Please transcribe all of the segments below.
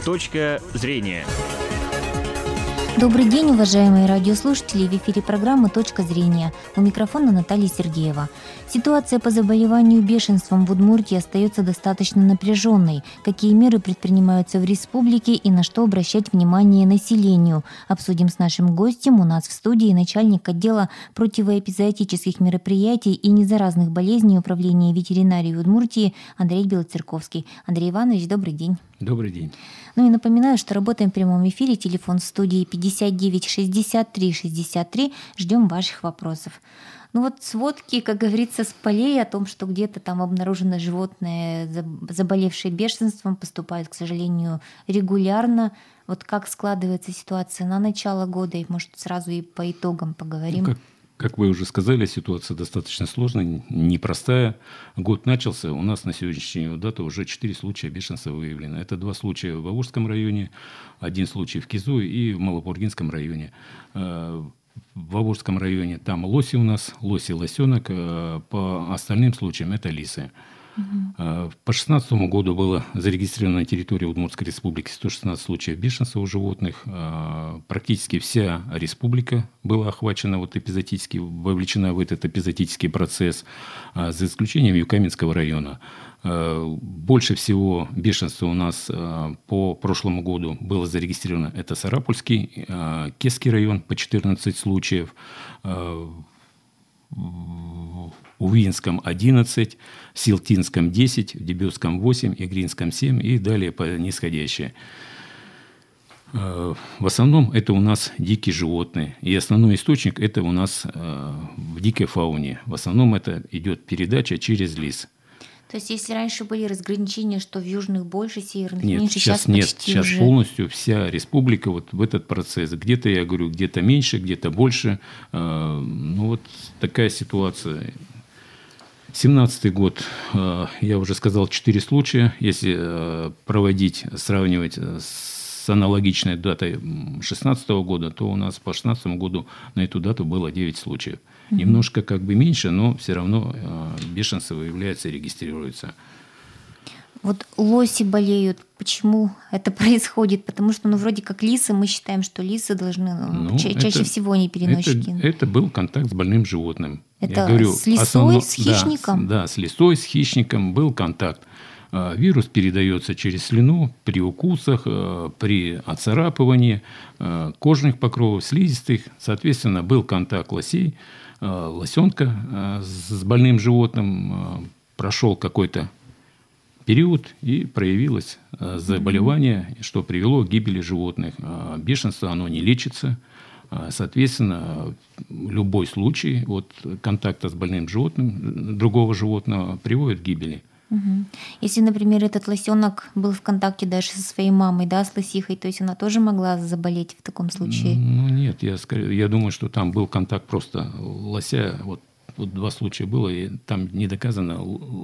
Точка зрения. Добрый день, уважаемые радиослушатели! В эфире программы «Точка зрения». У микрофона Наталья Сергеева. Ситуация по заболеванию бешенством в Удмуртии остается достаточно напряженной. Какие меры предпринимаются в республике и на что обращать внимание населению? Обсудим с нашим гостем. У нас в студии начальник отдела противоэпизоотических мероприятий и незаразных болезней Управления ветеринарии Удмуртии Андрей Белоцерковский. Андрей Иванович, добрый день. Добрый день. Ну и напоминаю, что работаем в прямом эфире. Телефон в студии 59 63 63. Ждем ваших вопросов. Ну вот сводки, как говорится, с полей о том, что где-то там обнаружено животное, заболевшее бешенством, поступают, к сожалению, регулярно. Вот как складывается ситуация на начало года, и, может, сразу и по итогам поговорим. Как вы уже сказали, ситуация достаточно сложная, непростая. Год начался, у нас на сегодняшнюю дату уже 4 случая бешенства выявлено. Это 2 случая в Волжском районе, 1 случай в Кизу и в Малопургинском районе. В Волжском районе там лоси у нас, лось и лосенок, по остальным случаям это лисы. По 2016 году было зарегистрировано на территории Удмуртской республики 116 случаев бешенства у животных. Практически вся республика была охвачена эпизодически, вовлечена в этот эпизодический процесс, за исключением Юкаменского района. Больше всего бешенства у нас по прошлому году было зарегистрировано. Это Сарапульский, Кесский район по 14 случаев, в Увинском 11, в Силтинском 10, в Дебютском 8, Игринском 7 и далее по нисходящей. В основном это у нас дикие животные. И основной источник это у нас в дикой фауне. В основном это идет передача через лис. То есть, если раньше были разграничения, что в южных больше, северных нет, меньше, сейчас нет. Сейчас уже... полностью вся республика в этот процесс. Где-то, я говорю, где-то меньше, где-то больше. Такая ситуация. 2017 год, я уже сказал, 4 случая. Если сравнивать с аналогичной датой 2016 года, то у нас по 2016 году на эту дату было 9 случаев. Немножко меньше, но все равно бешенство выявляется и регистрируется. Вот лоси болеют. Почему это происходит? Потому что, вроде как лисы, мы считаем, что лисы должны... чаще всего они переносчики. Это был контакт с больным животным. Это я говорю, с лисой, с хищником? Да, с лисой, с хищником был контакт. Вирус передается через слюну при укусах, при отцарапывании кожных покровов, слизистых. Соответственно, был контакт лосей, лосенка с больным животным. Прошел какой-то период и проявилось заболевание, что привело к гибели животных. Бешенство, оно не лечится. Соответственно, любой случай контакта с больным животным, другого животного, приводит к гибели. Если, например, этот лосенок был в контакте даже со своей мамой, да, с лосихой, то есть она тоже могла заболеть в таком случае? Нет, я думаю, что там был контакт просто лося. Вот 2 случая было, и там не доказано,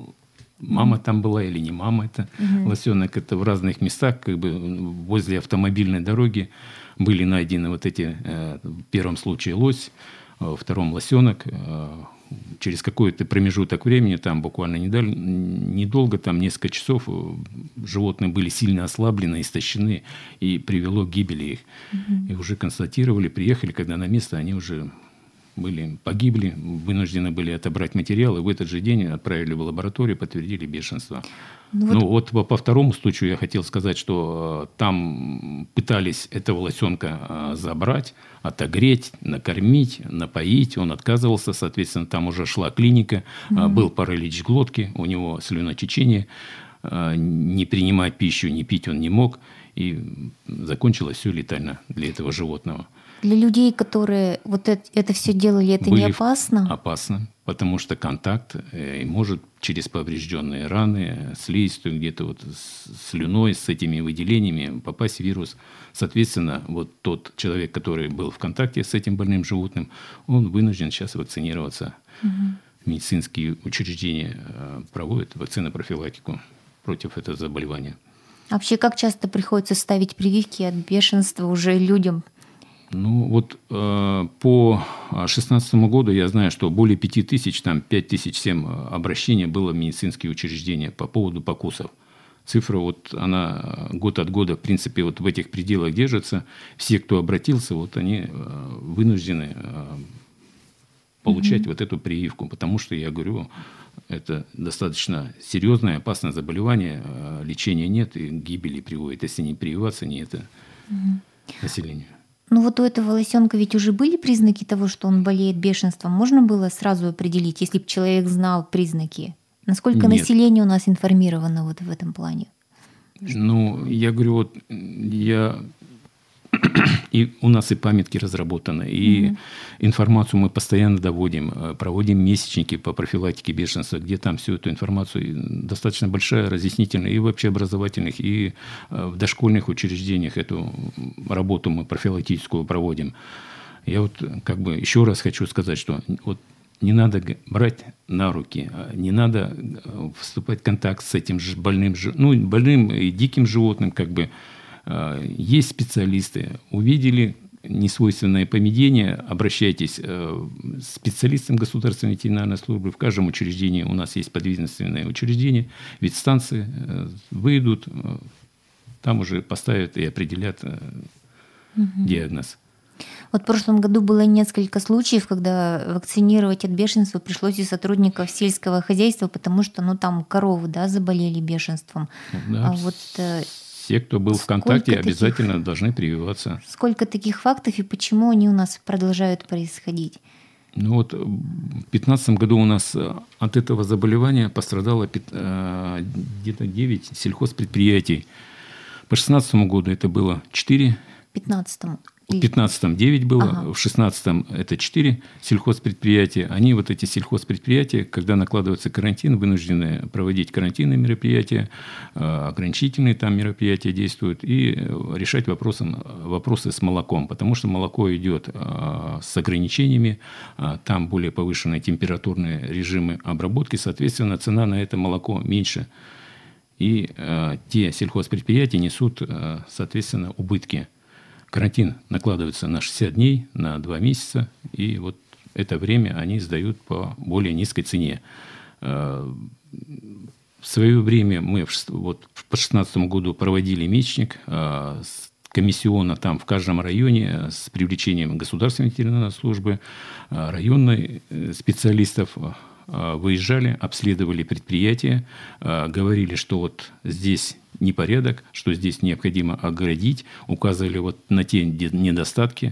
мама там была или не мама это. Лосенок это в разных местах, возле автомобильной дороги были найдены эти, в первом случае лось, во втором лосенок. Через какой-то промежуток времени, там буквально недолго, там несколько часов, животные были сильно ослаблены, истощены, и привело к гибели их. И уже констатировали, приехали, когда на место, они уже погибли, вынуждены были отобрать материалы, в этот же день отправили в лабораторию, подтвердили бешенство. По второму случаю я хотел сказать, что там пытались этого лосенка забрать, отогреть, накормить, напоить. Он отказывался, соответственно, там уже шла клиника, был паралич глотки, у него слюнотечение, не принимать пищу, не пить он не мог, и закончилось все летально для этого животного. Для людей, которые это все делали, это не опасно? Опасно, потому что контакт может через поврежденные раны, слизистую где-то с слюной, с этими выделениями попасть вирус. Соответственно, тот человек, который был в контакте с этим больным животным, он вынужден сейчас вакцинироваться. Медицинские учреждения проводят вакцинопрофилактику против этого заболевания. Вообще, как часто приходится ставить прививки от бешенства уже людям? По 2016 году я знаю, что более 5000, там 5007 обращений было в медицинские учреждения по поводу покусов. цифра, вот она год от года, в принципе, вот в этих пределах держится. Все, кто обратился, вот они вынуждены получать вот эту прививку, потому что, я говорю, это достаточно серьезное, опасное заболевание, лечения нет, и к гибели приводит, если не прививаться, не это населению. Ну вот у этого лосенка ведь уже были признаки того, что он болеет бешенством. Можно было сразу определить, если бы человек знал признаки? Насколько Нет. население у нас информировано вот в этом плане? Ну, я говорю, вот и у нас и памятки разработаны, и информацию мы постоянно доводим, проводим месячники по профилактике бешенства, где там всю эту информацию достаточно большая, разъяснительная, и в общеобразовательных, и в дошкольных учреждениях эту работу мы профилактическую проводим. Я вот как бы еще раз хочу сказать, что вот не надо брать на руки, не надо вступать в контакт с этим больным и диким животным, как бы. Есть специалисты, увидели несвойственное поведение, обращайтесь к специалистам государственной ветеринарной службы. В каждом учреждении у нас есть подведомственные учреждения, ветстанции, выйдут, там уже поставят и определят диагноз. Вот в прошлом году было несколько случаев, когда вакцинировать от бешенства пришлось и сотрудников сельского хозяйства, потому что там коровы заболели бешенством. Да. Все, кто был в контакте, обязательно должны прививаться. Сколько таких фактов и почему они у нас продолжают происходить? Ну вот в 2015 году у нас от этого заболевания пострадало где-то 9 сельхозпредприятий. По 2016 году это было 4. В 2015 9 было, в 2016 это 4 сельхозпредприятия. Они, вот эти сельхозпредприятия, когда накладывается карантин, вынуждены проводить карантинные мероприятия, ограничительные там мероприятия действуют, и решать вопросы с молоком, потому что молоко идет с ограничениями, там более повышенные температурные режимы обработки, соответственно, цена на это молоко меньше. И те сельхозпредприятия несут, соответственно, убытки. Карантин накладывается на 60 дней, на 2 месяца, и вот это время они сдают по более низкой цене. В свое время мы по 2016 году проводили месячник комиссионно там в каждом районе с привлечением государственной ветеринарной службы, районных специалистов. Выезжали, обследовали предприятия, говорили, что вот здесь непорядок, что здесь необходимо оградить, указывали вот на те недостатки.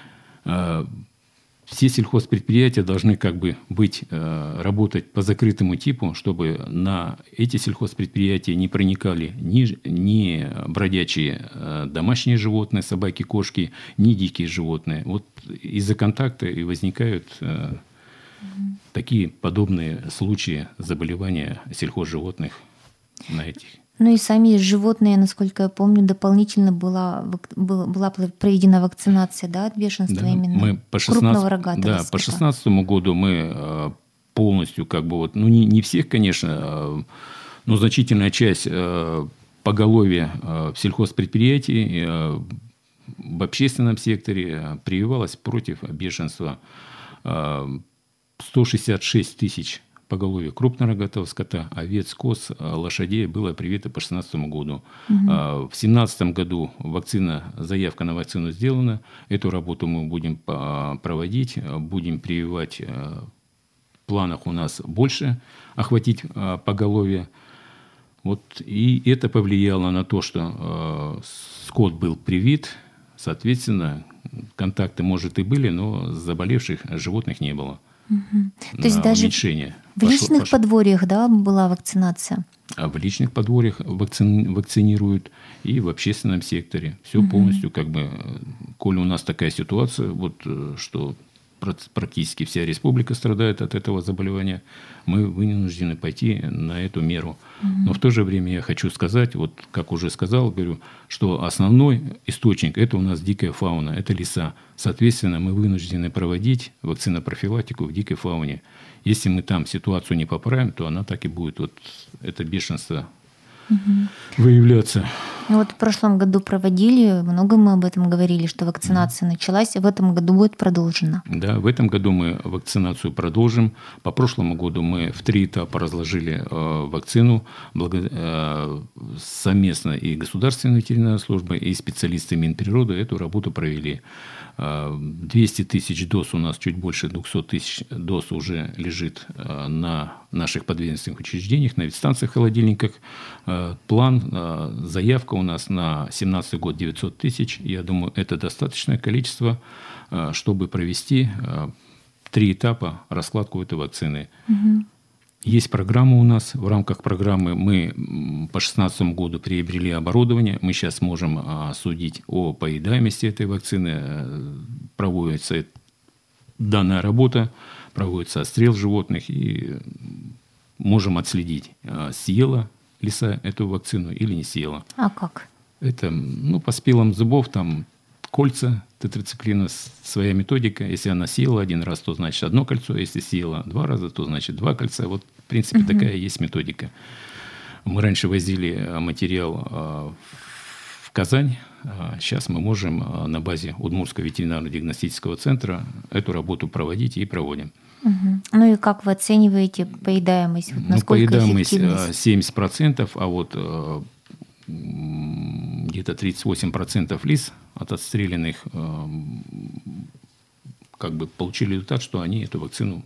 Все сельхозпредприятия должны как бы работать по закрытому типу, чтобы на эти сельхозпредприятия не проникали ни бродячие домашние животные, собаки, кошки, ни дикие животные. Вот из-за контакта и возникают такие подобные случаи заболевания сельхозживотных на этих. Ну и сами животные, насколько я помню, дополнительно была проведена вакцинация, от бешенства именно мы крупного рогатого скота. По 2016 году мы полностью, не всех, конечно, но значительная часть поголовья в сельхозпредприятии в общественном секторе прививалась против бешенства. 166 тысяч поголовья крупнорогатого скота, овец, коз, лошадей было привито по 2016 году. В 2017 году заявка на вакцину сделана. Эту работу мы будем проводить, будем прививать. В планах у нас больше охватить поголовье. И это повлияло на то, что скот был привит. Соответственно, контакты, может, и были, но заболевших животных не было. То есть даже уменьшение. В личных подворьях была вакцинация? А в личных подворьях вакцинируют и в общественном секторе. Все полностью, коли у нас такая ситуация, что практически вся республика страдает от этого заболевания, мы вынуждены пойти на эту меру. Но в то же время я хочу сказать, как уже сказал, говорю, что основной источник – это у нас дикая фауна, это леса. Соответственно, мы вынуждены проводить вакцинопрофилактику в дикой фауне. Если мы там ситуацию не поправим, то она так и будет, это бешенство выявляться. Ну вот в прошлом году проводили, много мы об этом говорили, что вакцинация началась, и в этом году будет продолжена. Да, в этом году мы вакцинацию продолжим. По прошлому году мы в 3 этапа разложили вакцину совместно и Государственная ветеринарная служба, и специалисты Минприроды эту работу провели. 200 тысяч доз у нас, чуть больше 200 тысяч доз уже лежит на наших подведомственных учреждениях, на ветстанциях, холодильниках. План, заявка у нас на 2017 год 900 тысяч. Я думаю, это достаточное количество, чтобы провести 3 этапа раскладку этой вакцины. Угу. Есть программа у нас. В рамках программы мы по 2016 году приобрели оборудование. Мы сейчас можем судить о поедаемости этой вакцины. Проводится данная работа, проводится отстрел животных. И можем отследить, съела лиса эту вакцину или не съела. А как? Это по спилам зубов, там кольца тетрациклина, своя методика. Если она съела 1 раз, то значит 1 кольцо. Если съела 2 раза, то значит 2 кольца. Вот, в принципе, такая есть методика. Мы раньше возили материал в Казань. Сейчас мы можем на базе Удмуртского ветеринарно-диагностического центра эту работу проводить и проводим. Ну и как вы оцениваете поедаемость? Вот насколько поедаемость 70%, а вот где-то 38% лис от отстрелянных получили результат, что они эту вакцину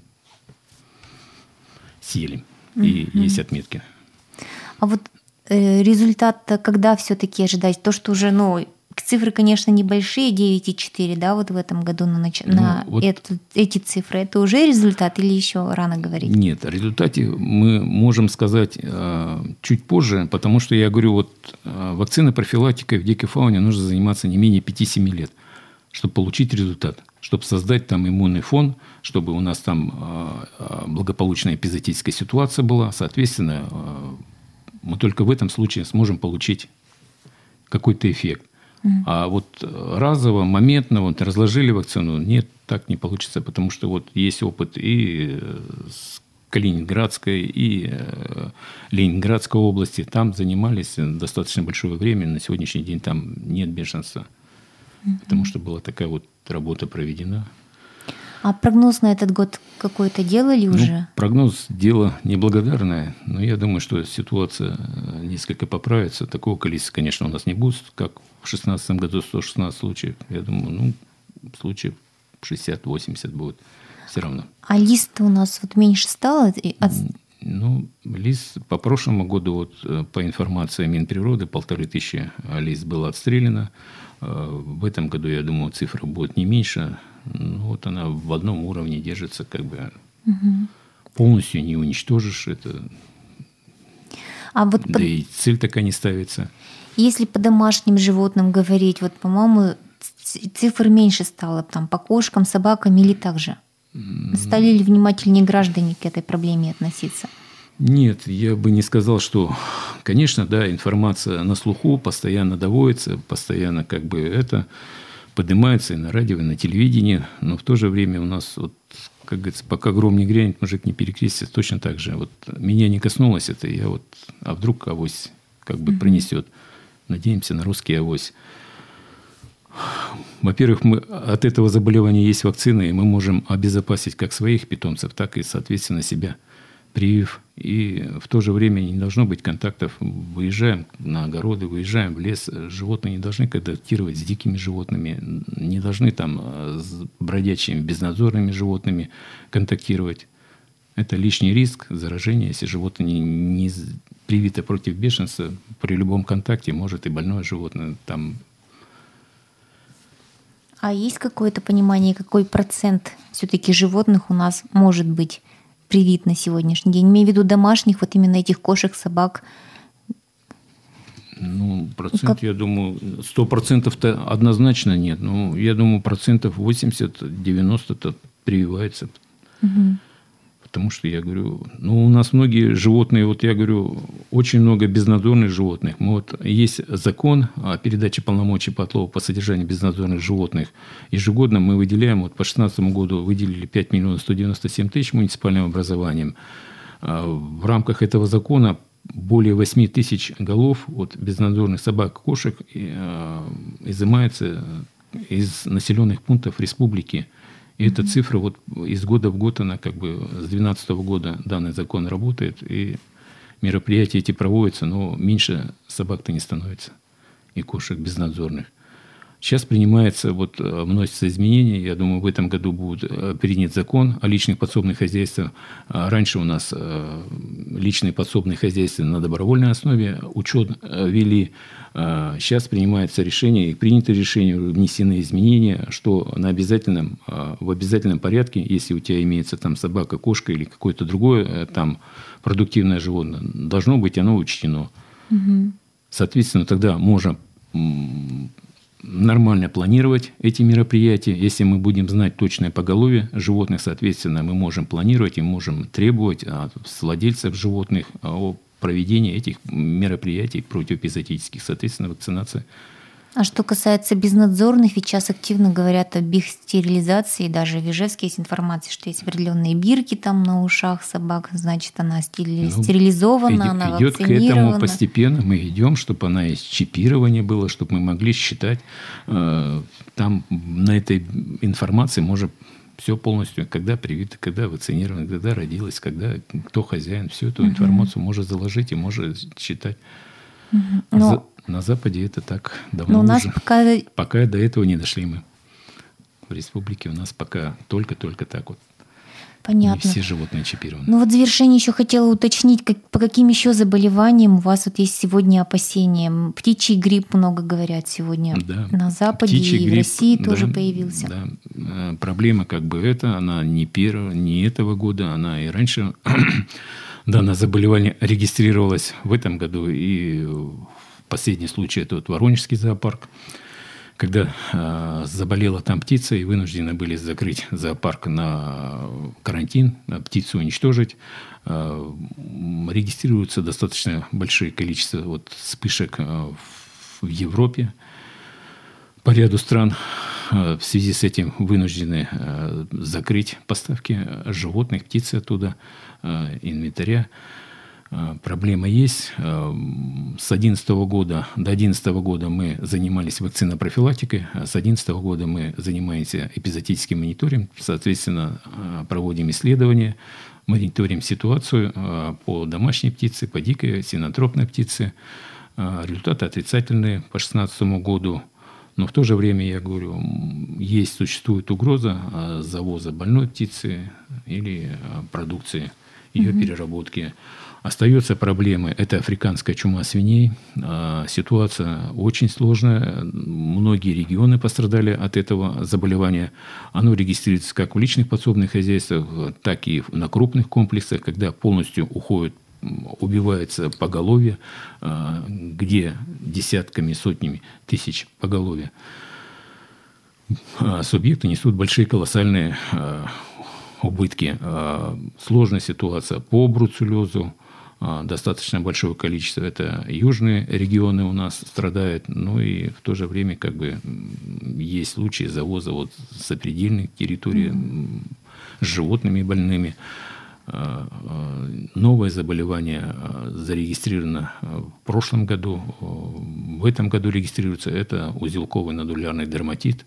съели. И есть отметки. А вот результат когда все-таки ожидать? То, что уже, цифры, конечно, небольшие, 9,4, да, вот в этом году эти цифры, это уже результат или еще рано говорить? Нет, о результате мы можем сказать чуть позже, потому что я говорю, вакцина профилактикой в дикой фауне нужно заниматься не менее 5-7 лет, чтобы получить результат, чтобы создать там иммунный фон, чтобы у нас там благополучная эпизоотическая ситуация была. Соответственно, мы только в этом случае сможем получить какой-то эффект. А вот разово, моментно разложили вакцину, нет, так не получится, потому что есть опыт и с Калининградской, и Ленинградской области. Там занимались достаточно большое время, на сегодняшний день там нет бешенства, потому что была такая работа проведена. А прогноз на этот год какой-то делали уже? Прогноз – дело неблагодарное, но я думаю, что ситуация несколько поправится. Такого количества, конечно, у нас не будет, как в 2016 году 116 случаев. Я думаю, случаев 60-80 будет все равно. А лис-то у нас меньше стало? Лис по прошлому году, по информации Минприроды, 1500 лис было отстреляно. В этом году, я думаю, цифра будет не меньше. Она в одном уровне держится, полностью не уничтожишь это. И цель такая не ставится. Если по домашним животным говорить, по-моему, цифр меньше стало по кошкам, собакам или так же? Стали ли внимательнее граждане к этой проблеме относиться? Нет, я бы не сказал, что, конечно, да, информация на слуху постоянно доводится, постоянно это поднимается и на радио, и на телевидении, но в то же время у нас, как говорится, пока гром не грянет, мужик не перекрестится, точно так же. Меня не коснулось это, а вдруг авось принесет. Надеемся на русский авось. Во-первых, от этого заболевания есть вакцина, и мы можем обезопасить как своих питомцев, так и, соответственно, себя, привив. И в то же время не должно быть контактов. Выезжаем на огороды, выезжаем в лес. Животные не должны контактировать с дикими животными, не должны с бродячими безнадзорными животными контактировать. Это лишний риск заражения. Если животное не привито против бешенства, при любом контакте может и больное животное А есть какое-то понимание, какой процент все-таки животных у нас может быть привит на сегодняшний день? Имею в виду домашних, именно этих кошек, собак. Процент, я думаю, 100%-то однозначно нет. Я думаю, 80-90% прививается. Угу. Потому что, я говорю, у нас многие животные, я говорю, очень много безнадзорных животных. Есть закон о передаче полномочий по отлову по содержанию безнадзорных животных. Ежегодно мы выделяем, по 2016 году выделили 5 197 000 муниципальным образованием. В рамках этого закона более 8 тысяч голов от безнадзорных собак и кошек изымается из населенных пунктов республики. И эта цифра вот из года в год, она как бы с 2012 года данный закон работает, и мероприятия эти проводятся, но меньше собак-то не становится, и кошек безнадзорных. Сейчас принимается, вот вносятся изменения. Я думаю, в этом году будет принят закон о личных подсобных хозяйствах. Раньше у нас личные подсобные хозяйства на добровольной основе учет вели. Сейчас принимается решение, и принято решение, внесены изменения, что в обязательном порядке, если у тебя имеется там собака, кошка или какое-то другое там продуктивное животное, должно быть оно учтено. Угу. Соответственно, тогда можно нормально планировать эти мероприятия. Если мы будем знать точное поголовье животных, соответственно, мы можем планировать и можем требовать от владельцев животных о проведении этих мероприятий противоэпизоотических, соответственно, вакцинация. А что касается безнадзорных, ведь сейчас активно говорят об их стерилизации. Даже в Ижевске есть информация, что есть определенные бирки там на ушах собак, значит, она стерилизована, она идет вакцинирована. К этому постепенно мы идем, чтобы она из чипирования была, чтобы мы могли считать. Там на этой информации можно все полностью, когда привита, когда вакцинирована, когда родилась, когда кто хозяин, всю эту информацию может заложить и может считать. На Западе это так давно уже. Пока до этого не дошли мы. В республике у нас пока только так вот. Понятно. Не все животные чипированы. Ну вот в завершение еще хотела уточнить, по каким еще заболеваниям у вас вот есть сегодня опасения? Птичий грипп много говорят сегодня на Западе, птичий и грипп, в России тоже появился. Да. Проблема как бы она не этого года, она и раньше. Данное заболевание регистрировалось в этом году, и последний случай – это вот Воронежский зоопарк, когда заболела там птица, и вынуждены были закрыть зоопарк на карантин, птицу уничтожить. Регистрируется достаточно большое количество вспышек в Европе. По ряду стран в связи с этим вынуждены закрыть поставки животных, птицы оттуда, инвентаря. Проблема есть. С 2011 года до 2011 года мы занимались вакцинопрофилактикой, а с 2011 года мы занимаемся эпизоотическим мониторингом, соответственно, проводим исследования, мониторим ситуацию по домашней птице, по дикой, синотропной птице. Результаты отрицательные по 2016 году. Но в то же время, я говорю, существует угроза завоза больной птицы или продукции, ее переработки. Остается проблема – это африканская чума свиней. Ситуация очень сложная. Многие регионы пострадали от этого заболевания. Оно регистрируется как в личных подсобных хозяйствах, так и на крупных комплексах, когда полностью убивается поголовье, где десятками, сотнями тысяч поголовья. Субъекты несут большие колоссальные убытки. Сложная ситуация по бруцеллезу. Достаточно большое количество. Это южные регионы у нас страдают. Ну и в то же время есть случаи завоза с сопредельных территорий с животными больными. Новое заболевание зарегистрировано в прошлом году. В этом году регистрируется. Это узелковый нодулярный дерматит.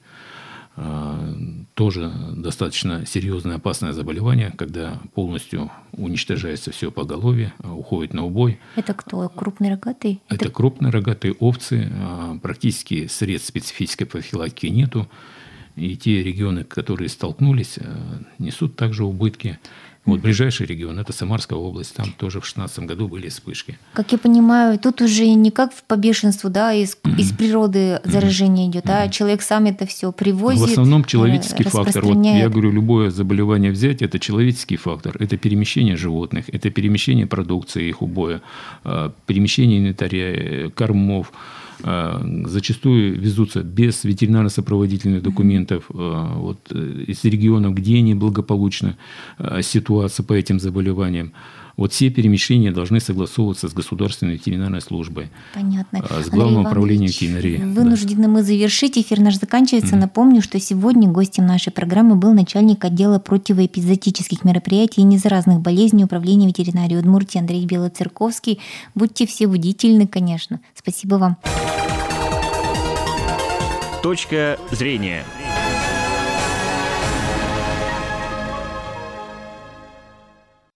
Тоже достаточно серьезное опасное заболевание, когда полностью уничтожается все поголовье, уходит на убой. Это кто? Крупный рогатый? Это крупные рогатые овцы. Практически средств специфической профилактики нету. И те регионы, которые столкнулись, несут также убытки. Ближайший регион – это Самарская область. Там тоже в 2016 году были вспышки. Как я понимаю, тут уже не как по бешенству, из природы заражение идет, а человек сам это все привозит. В основном человеческий фактор. Я говорю, любое заболевание взять – это человеческий фактор. Это перемещение животных, это перемещение продукции, их убоя, перемещение инвентаря, кормов. Зачастую везутся без ветеринарно-сопроводительных документов из регионов, где неблагополучна ситуация по этим заболеваниям. Вот все перемещения должны согласовываться с государственной ветеринарной службой. Понятно. С Главным управлением ветеринарии. Вынуждены мы завершить. Эфир наш заканчивается. Напомню, что сегодня гостем нашей программы был начальник отдела противоэпизоотических мероприятий и незаразных болезней Управления ветеринарии Удмуртии Андрей Белоцерковский. Будьте все бдительны, конечно. Спасибо вам. Точка зрения.